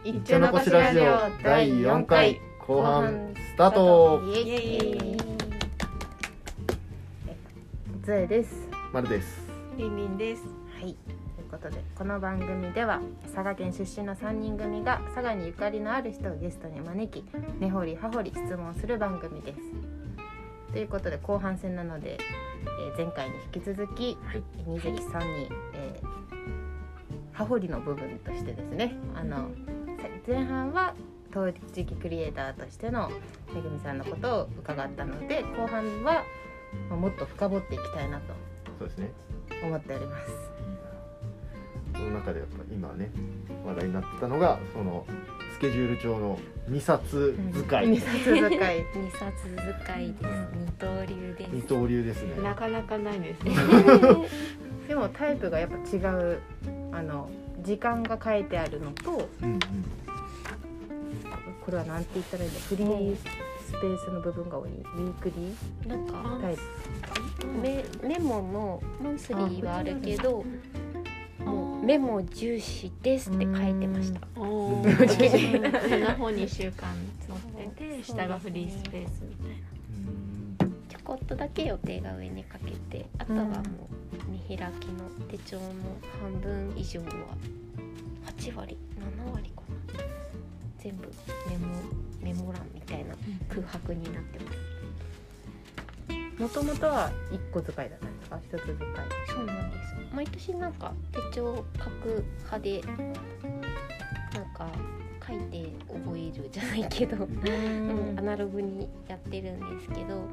一丁残しラジオ第4回後半スタート。 イエイ。つえです。 まるです。 りんりんです。 はい、ということでこの番組では佐賀県出身の3人組が佐賀にゆかりのある人をゲストに招き根掘り葉掘り質問する番組です。ということで後半戦なので、前回に引き続き、二関さんに、葉掘りの部分としてですね、前半は陶磁器クリエイターとしてのめぐみさんのことを伺ったので、後半はもっと深掘っていきたいなとそうですね思っております。 その中でやっぱ今ね話題になったのがそのスケジュール帳の2冊使い、 2冊使い 2冊使いです。二刀流です。 二刀流ですね。 なかなかないですね。 でもタイプがやっぱ違う、時間が書いてあるのと、これはなんて言ったらいいんだ、フリースペースの部分が多い、ウィークリーなんかタイプ、 メモのマンスリーはあるけど、もうメモ重視ですって書いてました。 お上の方に習慣載ってて、下がフリースペースみたいな。ちょこっとだけ予定が上にかけて、あとはもう見開きの手帳の半分以上は8割7割かな、全部メモ欄みたいな空白になってます。 もともとは1個使いだったんですか、1つ使い。 そうなんです。毎年なんか手帳書く派で、なんか書いて覚えるじゃないけどアナログにやってるんですけど、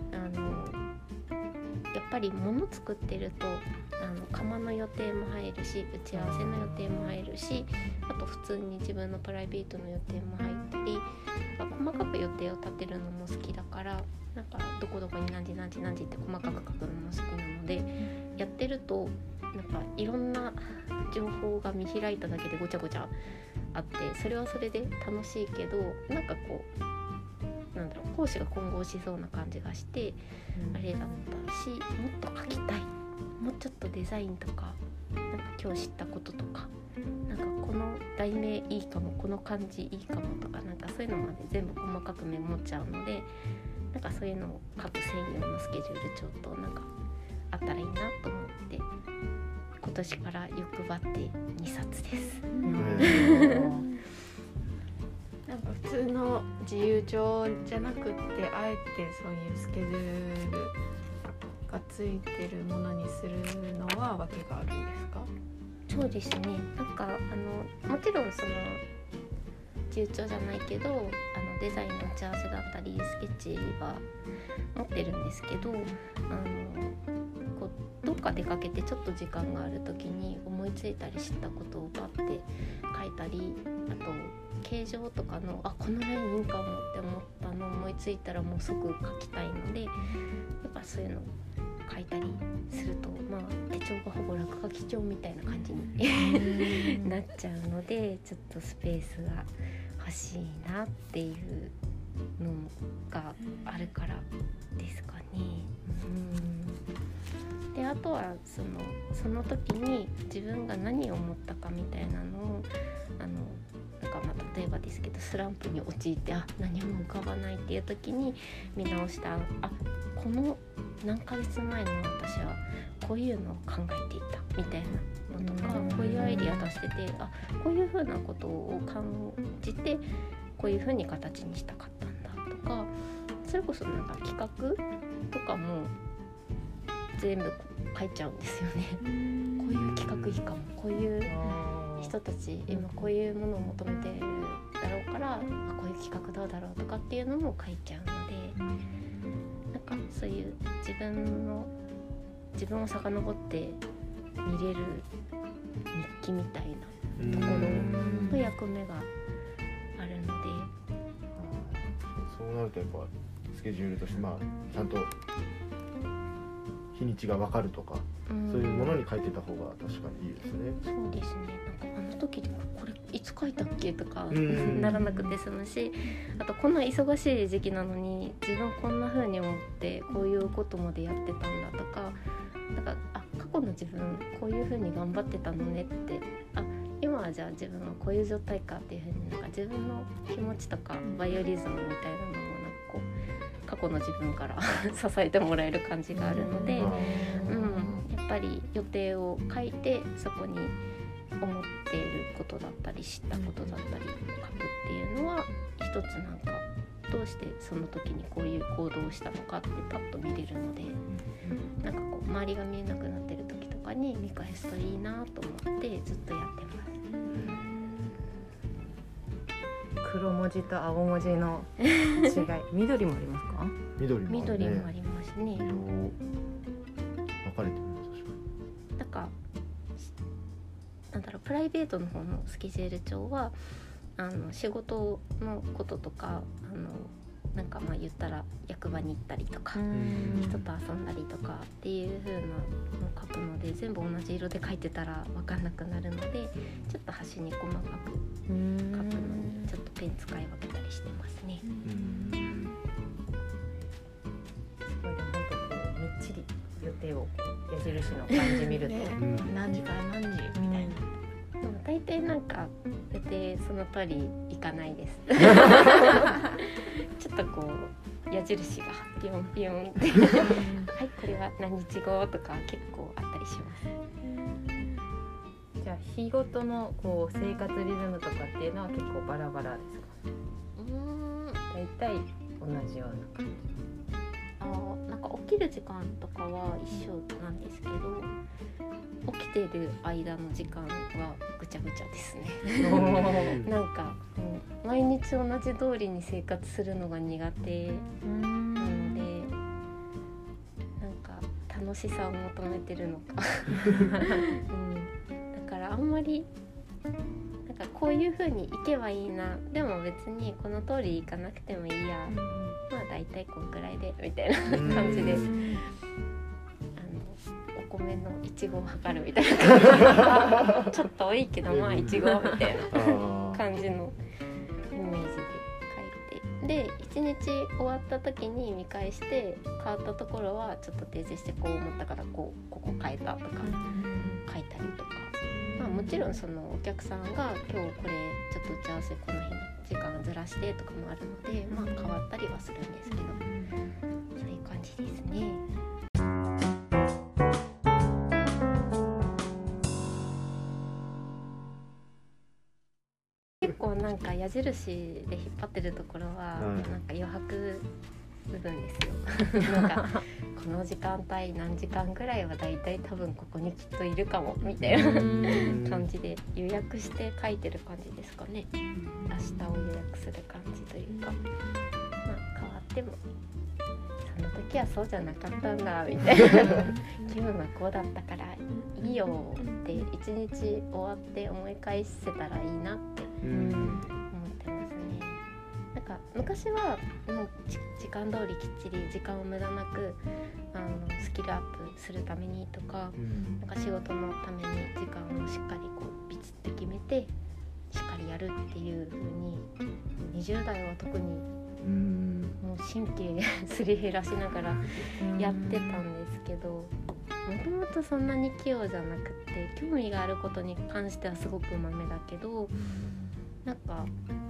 やっぱり物作ってると窯の予定も入るし、打ち合わせの予定も入るし、あと普通に自分のプライベートの予定も入ったり、細かく予定を立てるのも好きだから、なんかどこどこに何時って細かく書くのも好きなので、やってるとなんかいろんな情報が見開いただけでごちゃごちゃあって、それはそれで楽しいけど、なんかこうなんだろう、講師が混合しそうな感じがして、あれだったし、もっと書きたい、もうちょっとデザインとか、なんか今日知ったこととか、なんかこの題名いいかも、この漢字いいかもとか、なんかそういうのまで全部細かくメモっちゃうので、なんかそういうのを書く専用のスケジュール帳となんかあったらいいなと思って、今年から欲張って2冊です。 なんか普通の自由帳じゃなくって、あえてそういうスケジュールがついてるものにするのは訳があるんですか？ そうですね。なんかもちろんその自由帳じゃないけど、デザインの打ち合わせだったりスケッチは持ってるんですけど、こうどっか出かけてちょっと時間がある時に思いついたり知ったことをバッて書いたり、あと形状とかのこのラインいいかもって思ったのを思いついたらもう即書きたいので、やっぱそういうのを書いたりすると、手帳がほぼ落書き帳みたいな感じになっちゃうので、ちょっとスペースが欲しいなっていうのがあるからですかね。で、あとはその時に自分が何を思ったかみたいなのをなんか例えばですけど、スランプに陥って何も浮かばないっていう時に見直した、この何ヶ月前の私はこういうのを考えていたみたいなのとか、こういうアイディア出してて、こういう風なことを感じてこういう風に形にしたかったんだとか、それこそなんか企画とかも全部書いちゃうんですよね。こういう企画いいかも、こういう人たち今こういうものを求めてるだろうから、こういう企画どうだろうとかっていうのも書いちゃうので、なんかそういう自分を遡って見れる日記みたいなところの役目があるので、 そうなるとやっぱスケジュールとしてちゃんと日にちが分かるとか、そういうものに書いてた方が確かにいいですね。 そうですね。なんか時これいつ書いたっけとかならなくて済むし、あとこんな忙しい時期なのに自分こんな風に思ってこういうことまでやってたんだとか、なんか過去の自分こういう風に頑張ってたのねって、今今はじゃあ自分はこういう状態かっていうふうになんか自分の気持ちとかバイオリズムみたいなのもなんかこう過去の自分から支えてもらえる感じがあるので、やっぱり予定を書いてそこに思っていることだったり知ったことだったり書くっていうのは一つなんかどうしてその時にこういう行動をしたのかってパッと見れるので、なんかこう周りが見えなくなってる時とかに見返すといいなと思ってずっとやってます。 黒文字と青文字の違い緑もありますか？ 緑もあるね。 緑もありますね。 色分かれてるね、確かに。 なんかなんだろう、プライベートの方のスケジュール帳は仕事のこととかなんかまあ言ったら役場に行ったりとか人と遊んだりとかっていう風なのを書くので、全部同じ色で書いてたら分かんなくなるので、ちょっと端に細かく書くのにちょっとペン使い分けたりしてますね。 これで本当こうみっちり予定を矢印の感じ見ると、 何時から何時みたいな。 でも大体なんか予定その通りいかないですちょっとこう矢印がピヨンピヨンってはいこれは何日後とか結構あったりします。 じゃあ日ごとのこう生活リズムとかっていうのは結構バラバラですか？大体同じような感じ。 なんか起きる時間とかは一緒なんですけど、起きてる間の時間はぐちゃぐちゃですねなんか毎日同じ通りに生活するのが苦手なので、なんか楽しさを求めてるのか、だからあんまりなんかこういう風に行けばいいな、でも別にこの通り行かなくてもいいや、まあ大体こんくらいでみたいな感じでお米のいちごを測るみたいな感じちょっと多いけどまあいちごみたいな感じのイメージで書いて、で1日終わった時に見返して変わったところはちょっと訂正してこう思ったからここ変えたとか書いたりとか、まあ、もちろんそのお客さんが今日これちょっと打ち合わせこの日に時間ずらしてとかもあるので、まあ変わったりはするんですけど、そういう感じですね。結構なんか矢印で引っ張ってるところはなんか余白部分ですよなんかこの時間帯何時間ぐらいはだいたい多分ここにきっといるかもみたいな感じで予約して書いてる感じですかね。明日を予約する感じというか、まあ変わってもその時はそうじゃなかったんだみたいな気分はこうだったからいいよって一日終わって思い返せたらいいなって思ってますね。なんか昔はもう時間通りきっちり時間を無駄なくスキルアップするためにとか、なんか仕事のために時間をしっかりこうビチッと決めてしっかりやるっていう風に20代は特にもう神経すり減らしながらやってたんですけど、もともとそんなに器用じゃなくて興味があることに関してはすごくうまめだけど、なんか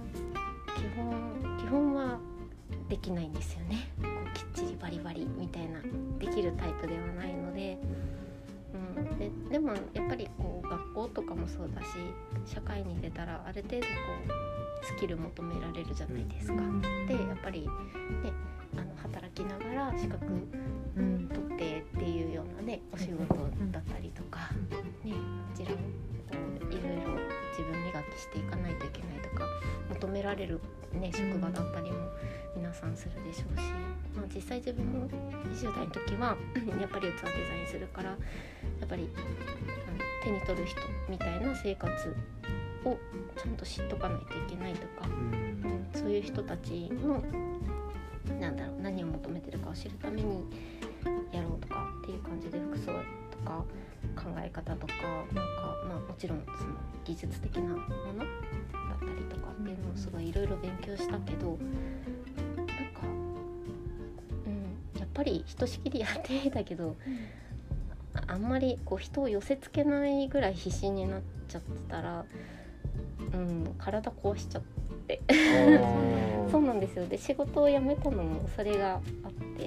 基本はできないんですよね。こうきっちりバリバリみたいなできるタイプではないので、でもやっぱりこう学校とかもそうだし社会に出たらある程度こうスキル求められるじゃないですか。でやっぱりね働きながら資格取ってっていうようなねお仕事だったりとか、ね、もちろんこういろいろ自分磨きしていかないといけないとか求められる、ね、職場だったりも皆さんするでしょうし、まあ、実際自分も20代の時はやっぱり器デザインするからやっぱり手に取る人みたいな生活をちゃんと知っとかないといけないとか、そういう人たちの何を求めてるかを知るためにやろうとかっていう感じで服装とか考え方とかなんか、まあ、もちろんその技術的なものだったりとかっていうのをすごいいろいろ勉強したけど、なんか、やっぱりひとしきりやってみたけど、あんまりこう人を寄せつけないぐらい必死になっちゃってたら体壊しちゃってあそうなんですよ。で仕事を辞めたのもそれがあって、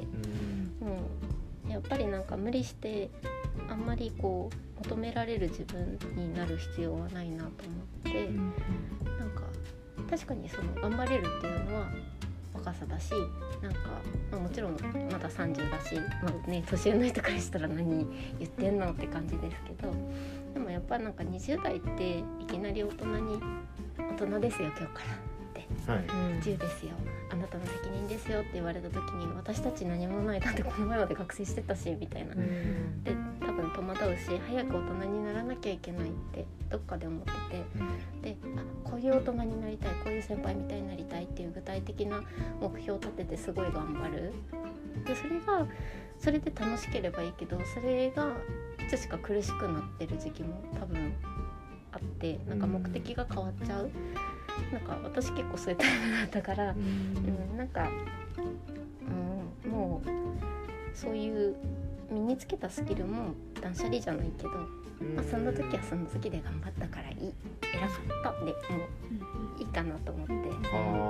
やっぱりなんか無理してあんまりこう求められる自分になる必要はないなと思って、なんか確かにその頑張れるっていうのは若さだし、なんか、もちろんまだ30だし、年上の人からしたら何言ってんのって感じですけど、でもやっぱなんか20代っていきなり大人ですよ今日からって、自由ですよ、あなたの責任ですよって言われた時に、私たち何もない、だってこの前まで学生してたしみたいな、で多分戸惑うし、早く大人にならなきゃいけないってどっかで思ってて、でこういう大人になりたい、こういう先輩みたいになりたいっていう具体的な目標を立ててすごい頑張る。でそれで楽しければいいけど、それがいつしか苦しくなってる時期も多分あって、なんか目的が変わっちゃう。なんか私結構そういうタイプだったから、なんか、もうそういう身につけたスキルも断捨離じゃないけど、その時はその時で頑張ったからいい、偉かったでもういいかなと思って、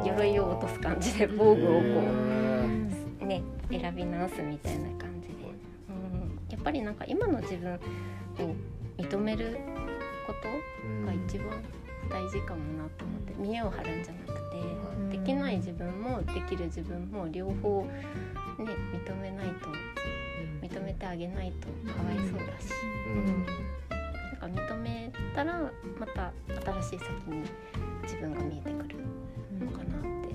鎧を落とす感じで防具をこうね選び直すみたいな感じで、やっぱりなんか今の自分を認めることが一番大事かもなと思って、見栄を張るんじゃなくて、できない自分もできる自分も両方ね認めてあげないとかわいそうだし、なんか認めたらまた新しい先に自分が見えてくるのかなって思って、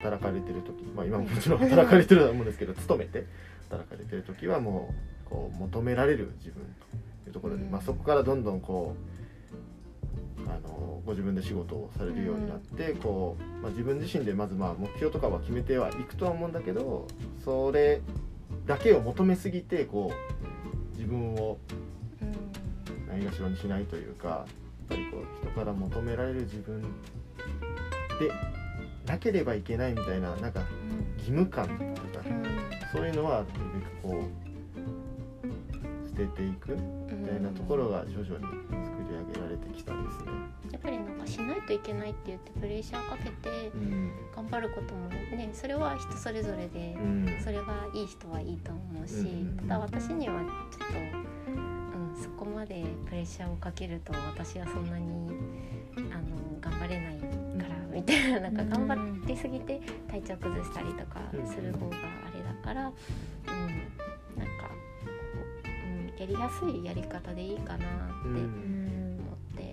働かれてる時、今もちろん働かれてると思うんですけど、勤めて働かれてる時はもうこう求められる自分というところで、そこからどんどんこうご自分で仕事をされるようになって、こう、自分自身でまず目標とかは決めてはいくとは思うんだけど、それだけを求めすぎてこう自分をないがしろにしないというか、やっぱりこう人から求められる自分でなければいけないみたいな、なんか義務感というか、そういうのはなるべくこう捨てていくみたいなところが徐々に作り上げられてきたんですね。 やっぱりなんかしないといけないって言ってプレッシャーかけて頑張ることもね、それは人それぞれで、それがいい人はいいと思うし、ただ私にはちょっと、そこまでプレッシャーをかけると私はそんなに頑張れないからみたいな、なんか頑張りすぎて体調崩したりとかする方があれだから、なんか、やりやすいやり方でいいかなって思って、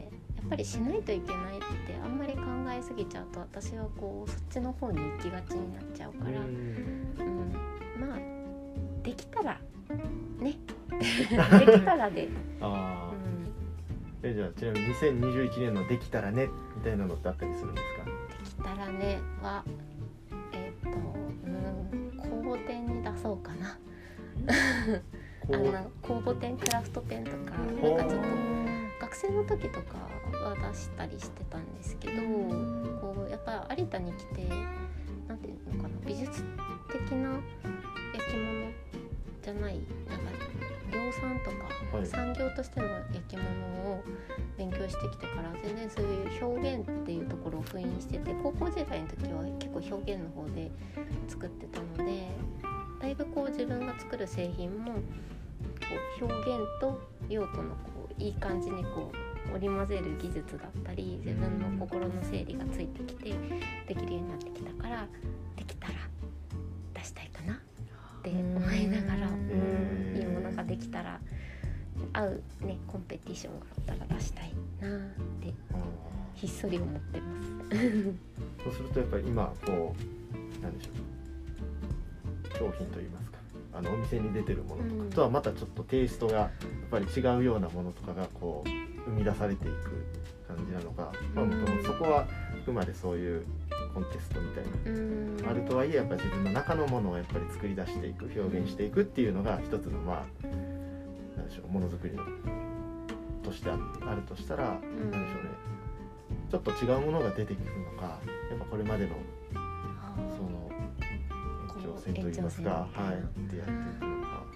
やっぱりしないといけないってあんまり考えすぎちゃうと、私はこうそっちの方に行きがちになっちゃうから、できたらねできたらでじゃあちなみに2021年のできたらねみたいなのってあったりするんですか？ できたらねは公募展に出そうかな公募展、クラフト展とか、なんかちょっと学生の時とかは出したりしてたんですけど、こうやっぱ有田に来て、なんていうのかな、美術的な焼き物じゃない、なんか量産とか、産業としての焼き物を勉強してきてから、全然そういう表現っていうところを封印してて、高校時代の時は結構表現の方で作ってたので、だいぶこう自分が作る製品もこう表現と用途のこういい感じにこう織り交ぜる技術だったり、自分の心の整理がついてきてできるようになってきたから、できたら出したいかなって思いながら、いいものができたら合うねコンペティションがあったら出したいなってひっそり思ってますそうするとやっぱり今こうなんでしょう、商品といいますか、お店に出てるものとかとはまたちょっとテイストがやっぱり違うようなものとかがこう生み出されていく感じなのか、そこはあくまでそういうコンテストみたいなあるとはいえ、やっぱり自分の中のものをやっぱり作り出していく、表現していくっていうのが一つのなんでしょう、ものづくりのとしてあるとしたら、なんでしょうね、ちょっと違うものが出てくるのか、やっぱこれまでのその延長線といいますか、ってやっていくのか。 やって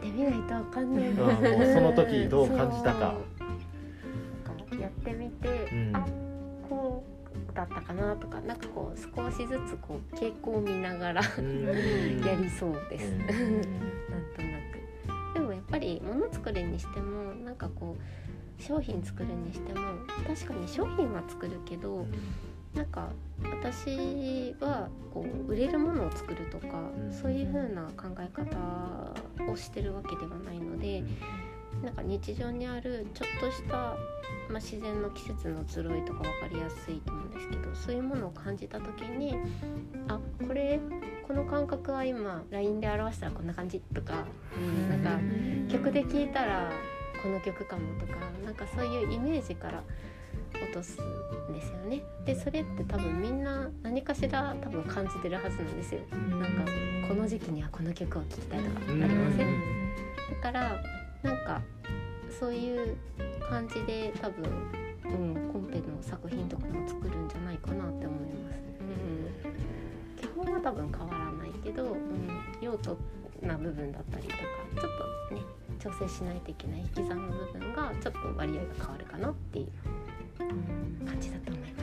ってみないとわかんないもうその時どう感じたか。 なんかやってみて、あ、こうだったかなとか、なんかこう少しずつこう傾向を見ながらやりそうです。なんとなく。でもやっぱり物作るにしても、なんかこう商品作るにしても、確かに商品は作るけど、なんか私はこう売れるものを作るとか、そういう風な考え方をしてるわけではないので、なんか日常にあるちょっとした、自然の季節の移ろいとか分かりやすいと思うんですけど、そういうものを感じた時に、あ、この感覚は今 LINE で表したらこんな感じとか、なんか曲で聴いたらこの曲かもとか、なんかそういうイメージから落とすんですよね。でそれって多分みんな何かしら多分感じてるはずなんですよ。なんかこの時期にはこの曲を聴きたいとかありません？だからなんかそういう感じで多分、コンペの作品とかも作るんじゃないかなって思います。基本は多分変わらないけど、用途な部分だったりとか、ちょっとね調整しないといけない引き算の部分がちょっと割合が変わるかなっていう感じだと思います。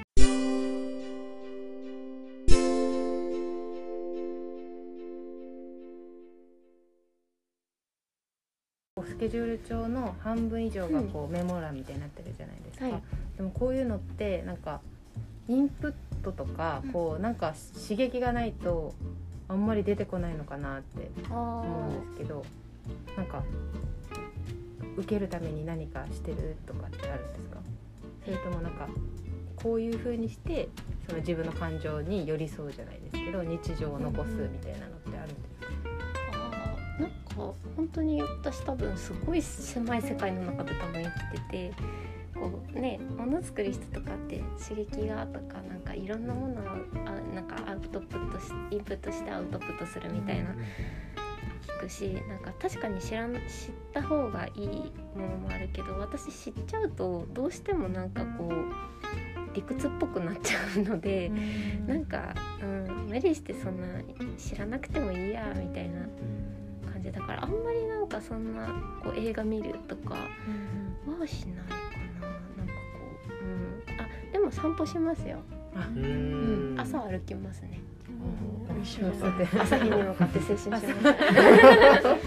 スケジュール帳の半分以上がこうメモ欄みたいになってるじゃないですか、 はい、 でもこういうのってなんかインプットとかこうなんか刺激がないとあんまり出てこないのかなって思うんですけど、なんか受けるために何かしてるとかってあるんですか？それともなんかこういう風にしてその自分の感情に寄り添うじゃないですけど日常を残すみたいなのってあるんですか？ なんか本当に私多分すごい狭い世界の中で多分生きてて、こうね、物作る人とかって刺激がとかなんかいろんなものをなんかインプットしてアウトプットするみたいな聞くし、なんか確かに知った方がいいものもあるけど、私知っちゃうとどうしてもなんかこう理屈っぽくなっちゃうので、なんか、無理してそんな知らなくてもいいやみたいな感じだから、あんまりなんかそんなこう映画見るとかはしないかな。なんかこう、でも散歩しますよ。朝歩きますね。朝日に向かって青春しました。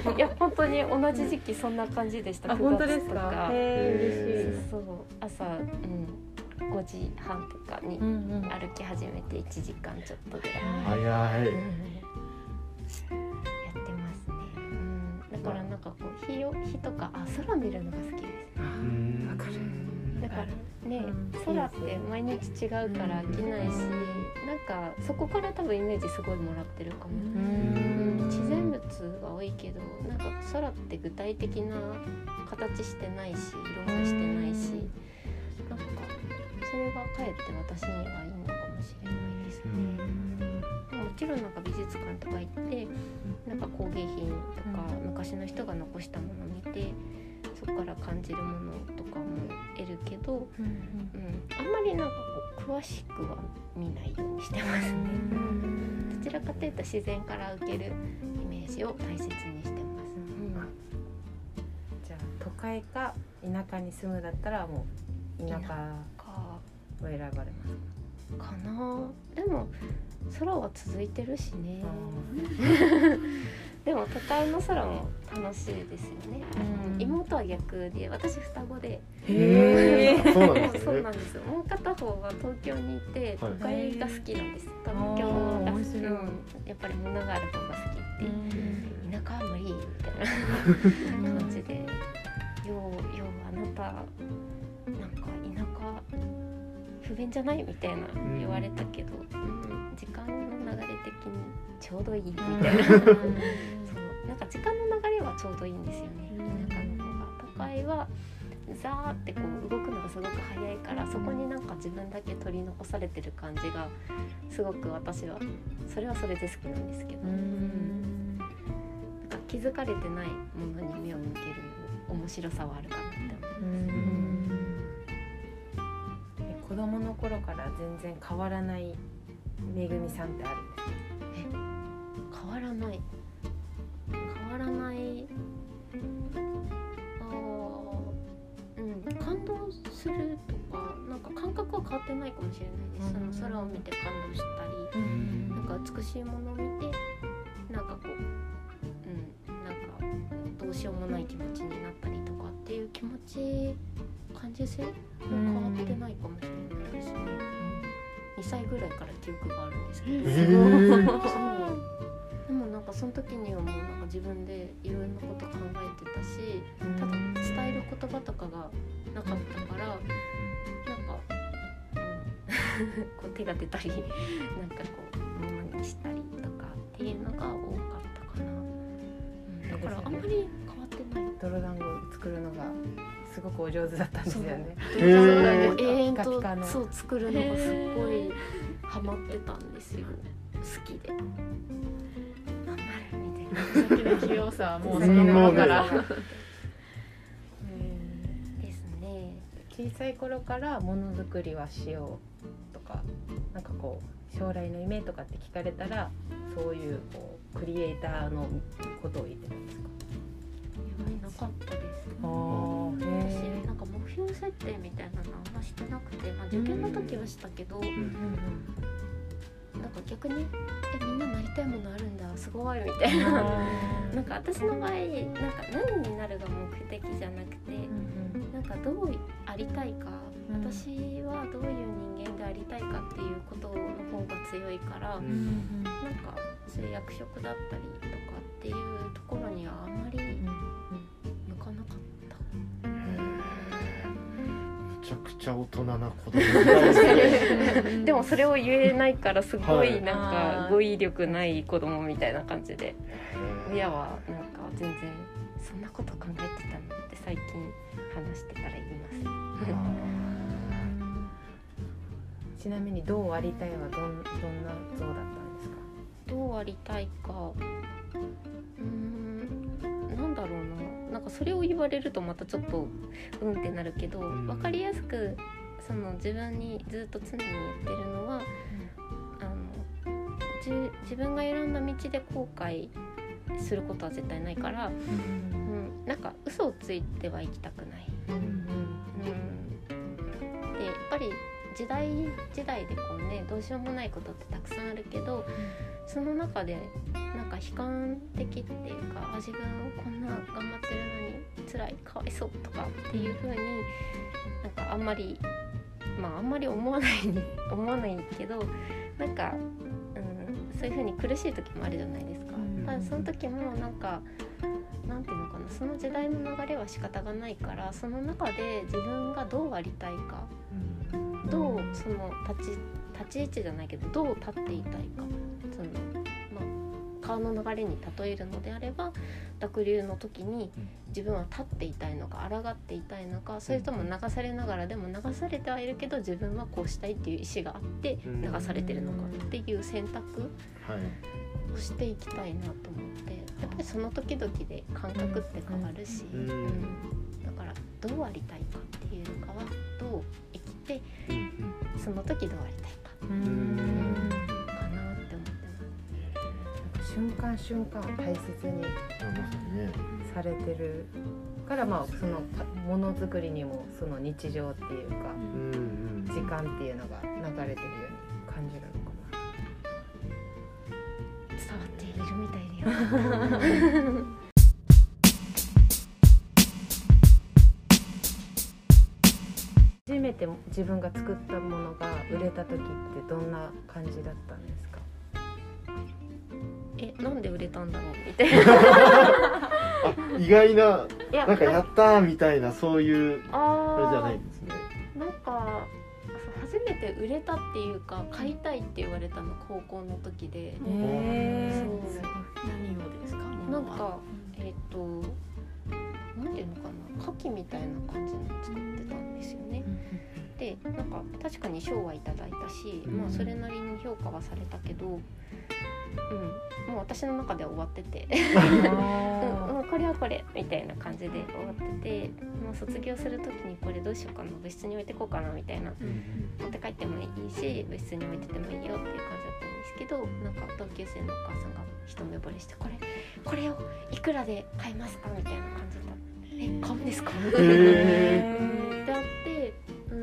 いや本当に同じ時期そんな感じでした。 本当ですか？ 9月とか。 嬉しい。 そう朝、5時半とかに歩き始めて1時間ちょっとで、 早い、 やってますね。だからなんかこう日とか空見るのが好きです。 わかる。 だからね、空って毎日違うから飽きないし、なんかそこから多分イメージすごいもらってるかも。自然物が多いけど、なんか空って具体的な形してないし色がしてないし、なんかそれがかえって私にはいいのかもしれないですね。もちろんなんか美術館とか行ってなんか工芸品とか昔の人が残したものを見て、そこから感じるものとかも得るけど、あんまりなんかこう詳しくは見ないようにしてますね。どちらかというと自然から受けるイメージを大切にしてます。 じゃあ都会か田舎に住むだったらもう田舎を選ばれますかな。でも空は続いてるしね。でも都会の空も楽しいですよね。妹は逆で、私双子で。そうなんですよ。もう片方は東京にいて都会が好きなんです。東京がやっぱり物がある方が好きって、田舎は無理みたいな感じで、ようあなたなんか田舎不便じゃないみたいな言われたけど、時間の流れ的にちょうどいいみたいなそう、なんか時間の流れはちょうどいいんですよね。田舎の方が。都会はザーってこう動くのがすごく早いから、そこになんか自分だけ取り残されてる感じがすごく私はそれはそれで好きなんですけど、なんか気づかれてないものに目を向ける面白さはあるかなって思います。 子供の頃から全然変わらないめぐみさんってあるんですか？ 変わらない変わってないかもしれないです。その空を見て感動したり、なんか美しいものを見てなんかこう、なんかどうしようもない気持ちになったりとかっていう気持ち感受性は変わってないかもしれないですね。2歳ぐらいから記憶があるんですけど、そうでもなんかその時にはもうなんか自分でいろんなこと考えてたし、ただ伝える言葉とかがなかったから、なんか、こう手が出たりなんかこう物にしたりとかっていうのが多かったかな、だからあんまり変わってない。 泥団子を作るのがすごくお上手だったんですよね。 永遠とピカピカのそう作るのがすごいハマってたんですよ。好きで頑張るみたいなさっきの器用さはもうそのままからですね。 小さい頃からものづくりはしようとか、なんかこう将来の夢とかって聞かれたらそういうこうクリエイターのことを言ってたんですか？ なかったです。 私なんか目標設定みたいなのあんましてなくて、まあ、受験の時はしたけど、なんか逆にみんななりたいものあるんだすごいみたいななんか私の場合なんか何になるが目的じゃなくて、なんかどうありたいか、私はどういう人間でありたいかっていうことの方が強いから、なんかそういう役職だったりとかっていうところにはあんまり向かなかった。 めちゃくちゃ大人な子供ですでもそれを言えないからすごいなんか語彙力ない子供みたいな感じで、親はなんか全然そんなこと考えてたのって最近話してたら言いますちなみにどうありたいはどんな像だったんですか？ どうありたいか、なんだろうな、なんかそれを言われるとまたちょっとってなるけど、分かりやすくその自分にずっと常に言ってるのは、自分が選んだ道で後悔することは絶対ないから、なんか嘘をついては生きたくない、でやっぱり時代でこうね、どうしようもないことってたくさんあるけど、その中でなんか悲観的っていうか、自分こんな頑張ってるのに辛い、かわいそうとかっていう風になんかあんまり思わないけど、なんか、そういう風に苦しい時もあるじゃないですか。その時もなんかなんていうのかな、その時代の流れは仕方がないから、その中で自分がどうありたいか、どうその立ち位置じゃないけどどう立っていたいか、その川の流れに例えるのであれば、濁流の時に自分は立っていたいのか抗っていたいのか、それとも流されながらでも流されてはいるけど自分はこうしたいっていう意思があって流されてるのかっていう選択をしていきたいなと思って、やっぱりその時々で感覚って変わるし、だからどうありたいかっていうかはどう生きてその時どうありたいかかなって思ってます。 瞬間瞬間を大切にされてるから、そのものづくりにもその日常っていうか、時間っていうのが流れてるように感じるのかな。 伝わっているみたいだよ初めて自分が作ったものが売れた時ってどんな感じだったんですか？ なんで売れたんだろうみたいな意外な、なんかやったーみたいな、そういうあれじゃないんですね。 なんか初めて売れたっていうか、買いたいって言われたの高校の時で、 何をですか？ なんかなんていうのかな、牡蠣みたいな感じの作ってたんですよね。でなんか確かに賞はいただいたし、それなりに評価はされたけど、もう私の中では終わっててこれはこれみたいな感じで終わってて、もう卒業する時にこれどうしようかな、部室に置いてこうかなみたいな、持って帰ってもいいし部室に置いててもいいよっていう感じだったんですけど、なんか同級生のお母さんが一目惚れして、これをいくらで買いますかみたいな感じだった。買うんですか？ってあって、そ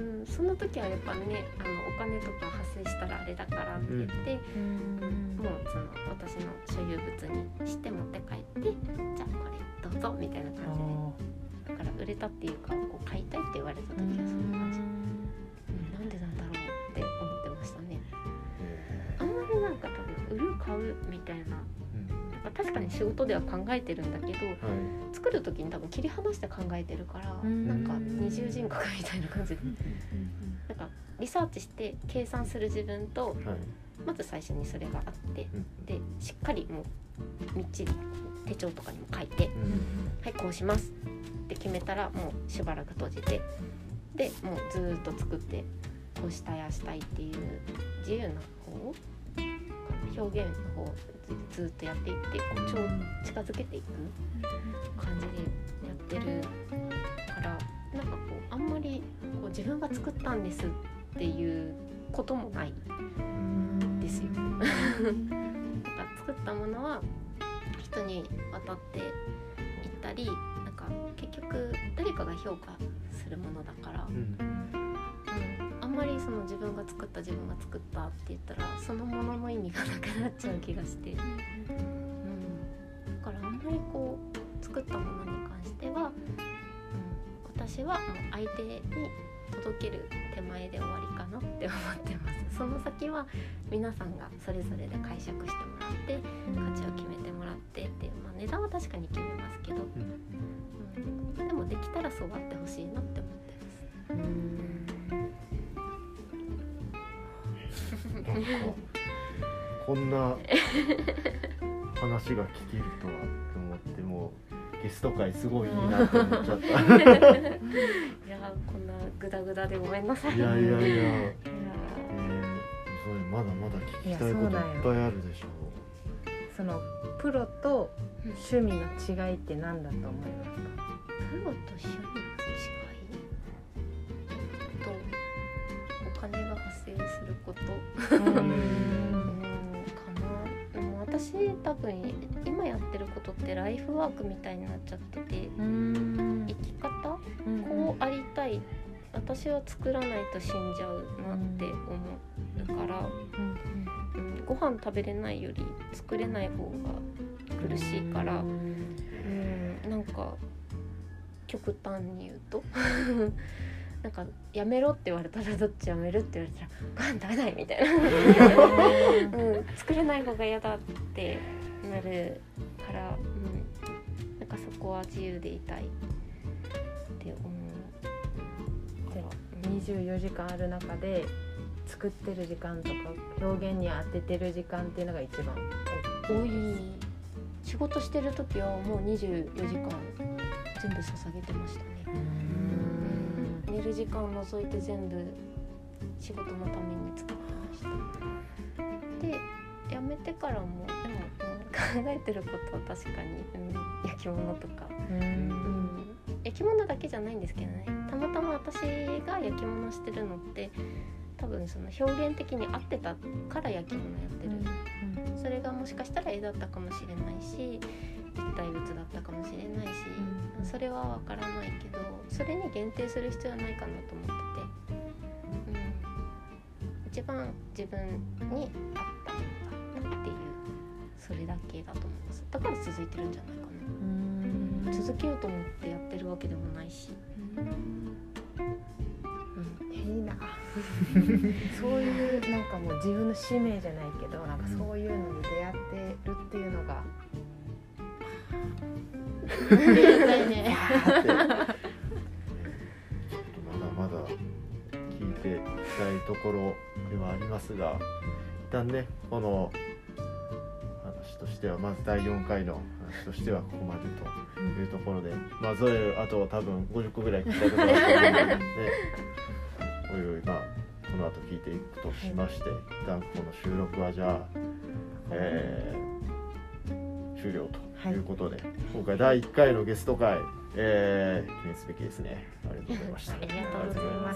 その時はやっぱねお金とか発生したらあれだからって言って、もうその私の所有物にして持って帰って、じゃあこれどうぞみたいな感じで、だから売れたっていうかこう買いたいって言われた時はそんな感じ、なんでなんだろうって思ってましたね。あんまりなんか多分売る買うみたいな、確かに仕事では考えてるんだけど、作る時に多分切り離して考えてるから、なんか二重人格みたいな感じで、なんかリサーチして計算する自分と、まず最初にそれがあって、でしっかりもうみっちり手帳とかにも書いて、はいこうしますって決めたらもうしばらく閉じて、でもうずっと作ってこうしたいあしたいっていう自由な方表現の方ずっとやっていって、こう近づけていく感じでやってるから、なんかこうあんまりこう自分が作ったんですっていうこともないですよ。なんか作ったものは人に渡っていったり、なんか結局誰かが評価するものだから、あんまりその自分が作ったって言ったらそのものの意味がなくなっちゃう気がして、だからあんまりこう作ったものに関しては、私はもう相手に届ける手前で終わりかなって思ってます。その先は皆さんがそれぞれで解釈してもらって価値を決めてもらってっていう、値段は確かに決めますけど、でもできたらそうあってほしいなって思ってます。 なんかこんな話が聞けるとはって思って、もうゲスト会すごいいいなって思っちゃった。 いやこんなグダグダでごめんなさい。 いやまだまだ聞きたいこといっぱいあるでしょう。 そのプロと趣味の違いって何だと思いますか？ プロと趣味の違いとお金が発生することかな。でも私多分今やってることってライフワークみたいになっちゃってて、生き方、こうありたい、私は作らないと死んじゃうなって思うから、ご飯食べれないより作れない方が苦しいから、なんか極端に言うとなんかやめろって言われたらどっちやめるって言われたらご飯食べないみたいな、作れない方が嫌だってなるから、なんかそこは自由でいたいって思う。 では24時間ある中で作ってる時間とか表現に当ててる時間っていうのが一番多い。 仕事してる時はもう24時間全部捧げてましたね。寝る時間を除いて全部仕事のために使ってました。で辞めてからもでも、考えてることは確かに、焼き物とか、焼き物だけじゃないんですけどね、たまたま私が焼き物してるのって多分その表現的に合ってたから焼き物やってる、それがもしかしたら絵だったかもしれないし立体物だったかもしれないし、それは分からないけどそれに限定する必要はないかなと思ってて、一番自分に合ったものだっていうそれだけだと思います。だから続いてるんじゃないかな。続けようと思ってやってるわけでもないし、 いいなそういうなんかもう自分の使命じゃないけど、なんかそういうのに出会ってるっていうのがねまだまだ聞いていきたいところではありますが、一旦ねこの話としてはまず第4回の話としてはここまでというところで、ゾエあと多分50個ぐらい聞きたいことがあるので、おいおいこの後聞いていくとしまして、一旦この収録はじゃあ、終了ということで、今回第1回のゲスト会、記念すべきですね。ありがとうございました。 ありがとうございました。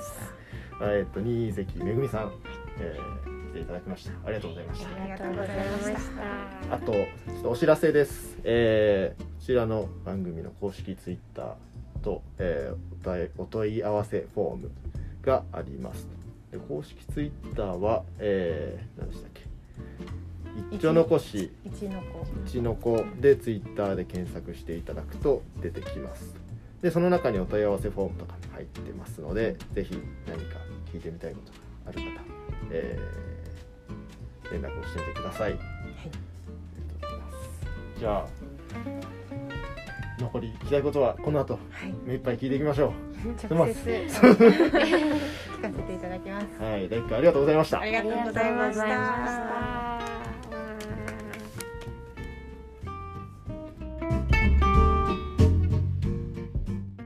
新関めぐみさん、来ていただきました。ありがとうございました。 ありがとうございました。 あとちょっとお知らせです。こちらの番組の公式ツイッターと、お問い合わせフォームがあります。で公式ツイッターは、何でしたっけ、一丁残し一の子でツイッターで検索していただくと出てきます。でその中にお問い合わせフォームとかも入ってますので、ぜひ何か聞いてみたいことがある方、連絡をしてみてください。はい、ありがとうございます。じゃあ残り聞きたいことはこの後、目いっぱい聞いていきましょう。 直接聞かせていただきます。 はい、大輝くんありがとうございました。 ありがとうございました。